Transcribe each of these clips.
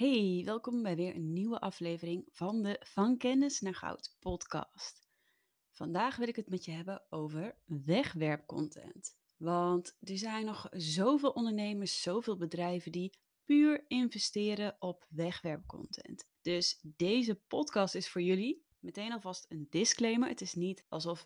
Hey, welkom bij weer een nieuwe aflevering van de Van Kennis naar Goud podcast. Vandaag wil ik het met je hebben over wegwerpcontent. Want er zijn nog zoveel ondernemers, zoveel bedrijven die puur investeren op wegwerpcontent. Dus deze podcast is voor jullie. Meteen alvast een disclaimer. Het is niet alsof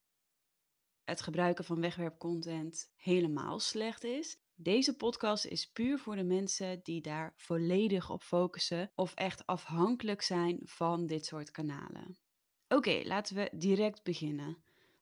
het gebruiken van wegwerpcontent helemaal slecht is. Deze podcast is puur voor de mensen die daar volledig op focussen of echt afhankelijk zijn van dit soort kanalen. Oké, laten we direct beginnen.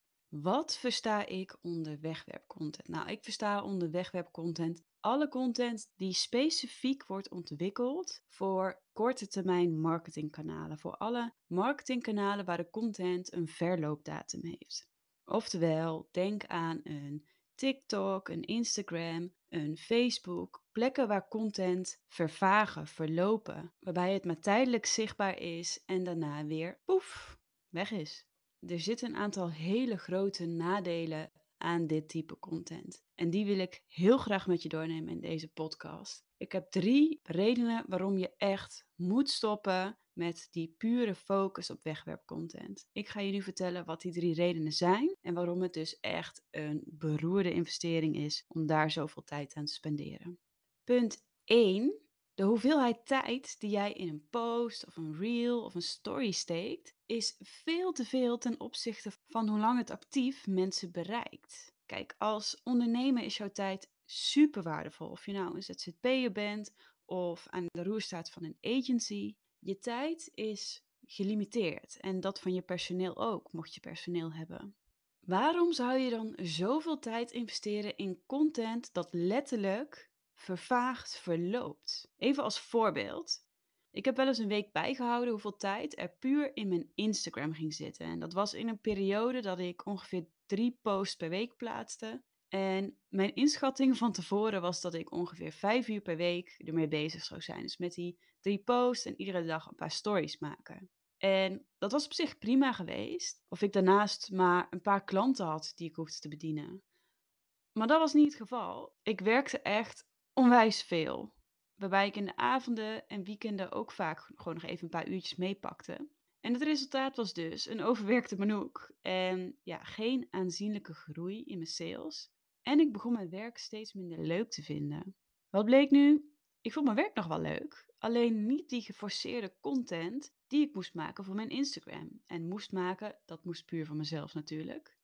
Wat versta ik onder wegwerpcontent? Nou, ik versta onder wegwerpcontent alle content die specifiek wordt ontwikkeld voor korte termijn marketingkanalen. Voor alle marketingkanalen waar de content een verloopdatum heeft. Oftewel, denk aan een TikTok, een Instagram, een Facebook. Plekken waar content vervagen, verlopen. Waarbij het maar tijdelijk zichtbaar is en daarna weer poef, weg is. Er zitten een aantal hele grote nadelen aan dit type content. En die wil ik heel graag met je doornemen in deze podcast. Ik heb 3 redenen waarom je echt moet stoppen met die pure focus op wegwerpcontent. Ik ga je nu vertellen wat die 3 redenen zijn en waarom het dus echt een beroerde investering is om daar zoveel tijd aan te spenderen. Punt 1. De hoeveelheid tijd die jij in een post of een reel of een story steekt, is veel te veel ten opzichte van hoe lang het actief mensen bereikt. Kijk, als ondernemer is jouw tijd super waardevol. Of je nou een ZZP'er bent of aan de roer staat van een agency. Je tijd is gelimiteerd en dat van je personeel ook, mocht je personeel hebben. Waarom zou je dan zoveel tijd investeren in content dat letterlijk vervaagd verloopt? Even als voorbeeld. Ik heb wel eens een week bijgehouden hoeveel tijd er puur in mijn Instagram ging zitten. En dat was in een periode dat ik ongeveer 3 posts per week plaatste. En mijn inschatting van tevoren was dat ik ongeveer 5 uur per week ermee bezig zou zijn. Dus met die 3 posts en iedere dag een paar stories maken. En dat was op zich prima geweest, of ik daarnaast maar een paar klanten had die ik hoefde te bedienen. Maar dat was niet het geval. Ik werkte echt onwijs veel, waarbij ik in de avonden en weekenden ook vaak gewoon nog even een paar uurtjes meepakte. En het resultaat was dus een overwerkte Manouk en ja, geen aanzienlijke groei in mijn sales. En ik begon mijn werk steeds minder leuk te vinden. Wat bleek nu? Ik vond mijn werk nog wel leuk, alleen niet die geforceerde content die ik moest maken voor mijn Instagram. En moest maken, dat moest puur van mezelf natuurlijk.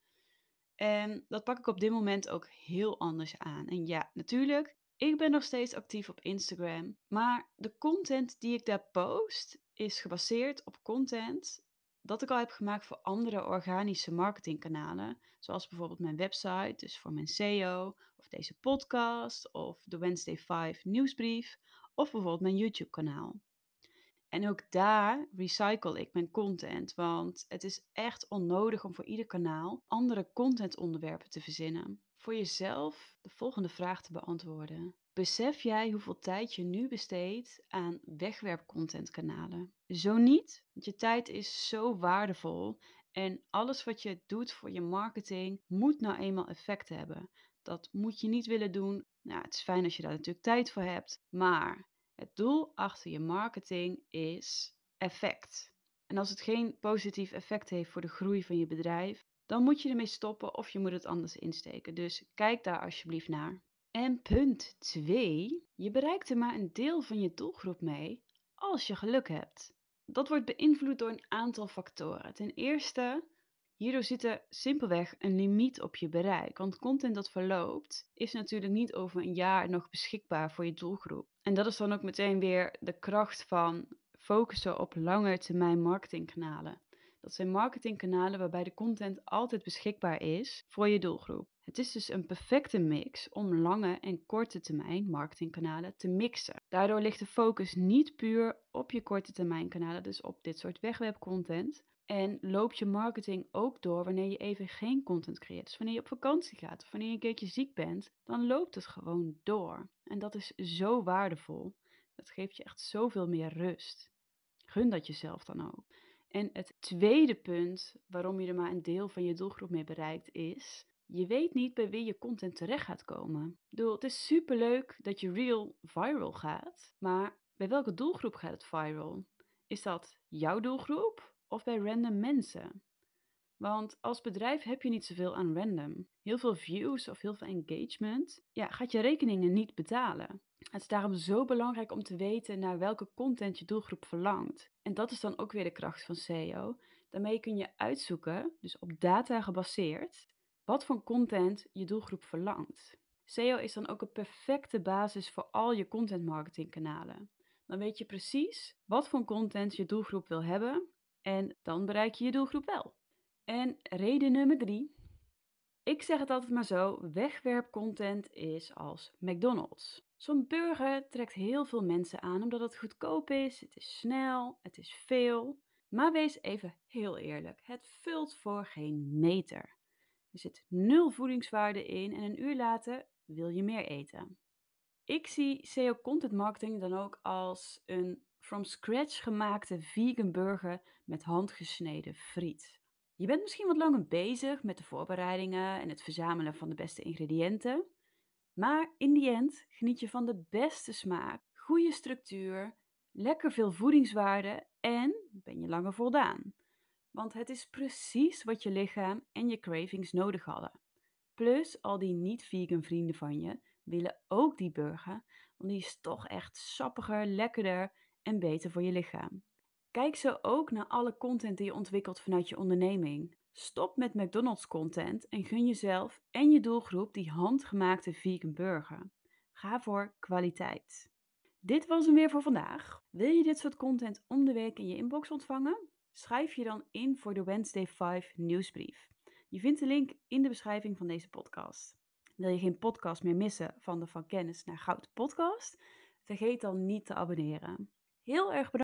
En dat pak ik op dit moment ook heel anders aan. En ja, natuurlijk, ik ben nog steeds actief op Instagram, maar de content die ik daar post is gebaseerd op content dat ik al heb gemaakt voor andere organische marketingkanalen, zoals bijvoorbeeld mijn website, dus voor mijn SEO, of deze podcast, of de Wednesday 5 nieuwsbrief, of bijvoorbeeld mijn YouTube-kanaal. En ook daar recycle ik mijn content, want het is echt onnodig om voor ieder kanaal andere contentonderwerpen te verzinnen. Voor jezelf de volgende vraag te beantwoorden. Besef jij hoeveel tijd je nu besteedt aan wegwerpcontentkanalen? Zo niet, want je tijd is zo waardevol en alles wat je doet voor je marketing moet nou eenmaal effect hebben. Dat moet je niet willen doen. Nou, het is fijn als je daar natuurlijk tijd voor hebt, maar het doel achter je marketing is effect. En als het geen positief effect heeft voor de groei van je bedrijf, dan moet je ermee stoppen of je moet het anders insteken. Dus kijk daar alsjeblieft naar. En punt 2, je bereikt er maar een deel van je doelgroep mee als je geluk hebt. Dat wordt beïnvloed door een aantal factoren. Ten eerste, hierdoor zit er simpelweg een limiet op je bereik. Want content dat verloopt is natuurlijk niet over een jaar nog beschikbaar voor je doelgroep. En dat is dan ook meteen weer de kracht van focussen op langetermijn marketingkanalen. Dat zijn marketingkanalen waarbij de content altijd beschikbaar is voor je doelgroep. Het is dus een perfecte mix om lange en korte termijn marketingkanalen te mixen. Daardoor ligt de focus niet puur op je korte termijn kanalen, dus op dit soort wegwerpcontent. En loopt je marketing ook door wanneer je even geen content creëert. Dus wanneer je op vakantie gaat of wanneer je een keertje ziek bent, dan loopt het gewoon door. En dat is zo waardevol. Dat geeft je echt zoveel meer rust. Gun dat jezelf dan ook. En het tweede punt waarom je er maar een deel van je doelgroep mee bereikt is, je weet niet bij wie je content terecht gaat komen. Ik bedoel, het is superleuk dat je reel viral gaat, maar Bij welke doelgroep gaat het viral? Is dat jouw doelgroep of bij random mensen? Want als bedrijf heb je niet zoveel aan random. Heel veel views of heel veel engagement, ja, gaat je rekeningen niet betalen. Het is daarom zo belangrijk om te weten naar welke content je doelgroep verlangt. En dat is dan ook weer de kracht van SEO. Daarmee kun je uitzoeken, dus op data gebaseerd, wat voor content je doelgroep verlangt. SEO is dan ook een perfecte basis voor al je content marketingkanalen. Dan weet je precies wat voor content je doelgroep wil hebben en dan bereik je je doelgroep wel. En reden nummer 3. Ik zeg het altijd maar zo, wegwerpcontent is als McDonald's. Zo'n burger trekt heel veel mensen aan omdat het goedkoop is, het is snel, het is veel. Maar wees even heel eerlijk, het vult voor geen meter. Er zit 0 voedingswaarde in en een uur later wil je meer eten. Ik zie SEO content marketing dan ook als een from scratch gemaakte vegan burger met handgesneden friet. Je bent misschien wat langer bezig met de voorbereidingen en het verzamelen van de beste ingrediënten, maar in die end geniet je van de beste smaak, goede structuur, lekker veel voedingswaarde en ben je langer voldaan. Want het is precies wat je lichaam en je cravings nodig hadden. Plus, al die niet-vegan vrienden van je willen ook die burger, want die is toch echt sappiger, lekkerder en beter voor je lichaam. Kijk zo ook naar alle content die je ontwikkelt vanuit je onderneming. Stop met McDonald's content en gun jezelf en je doelgroep die handgemaakte vegan burger. Ga voor kwaliteit. Dit was hem weer voor vandaag. Wil je dit soort content om de week in je inbox ontvangen? Schrijf je dan in voor de Wednesday 5 nieuwsbrief. Je vindt de link in de beschrijving van deze podcast. Wil je geen podcast meer missen van de Van Kennis naar Goud podcast? Vergeet dan niet te abonneren. Heel erg bedankt.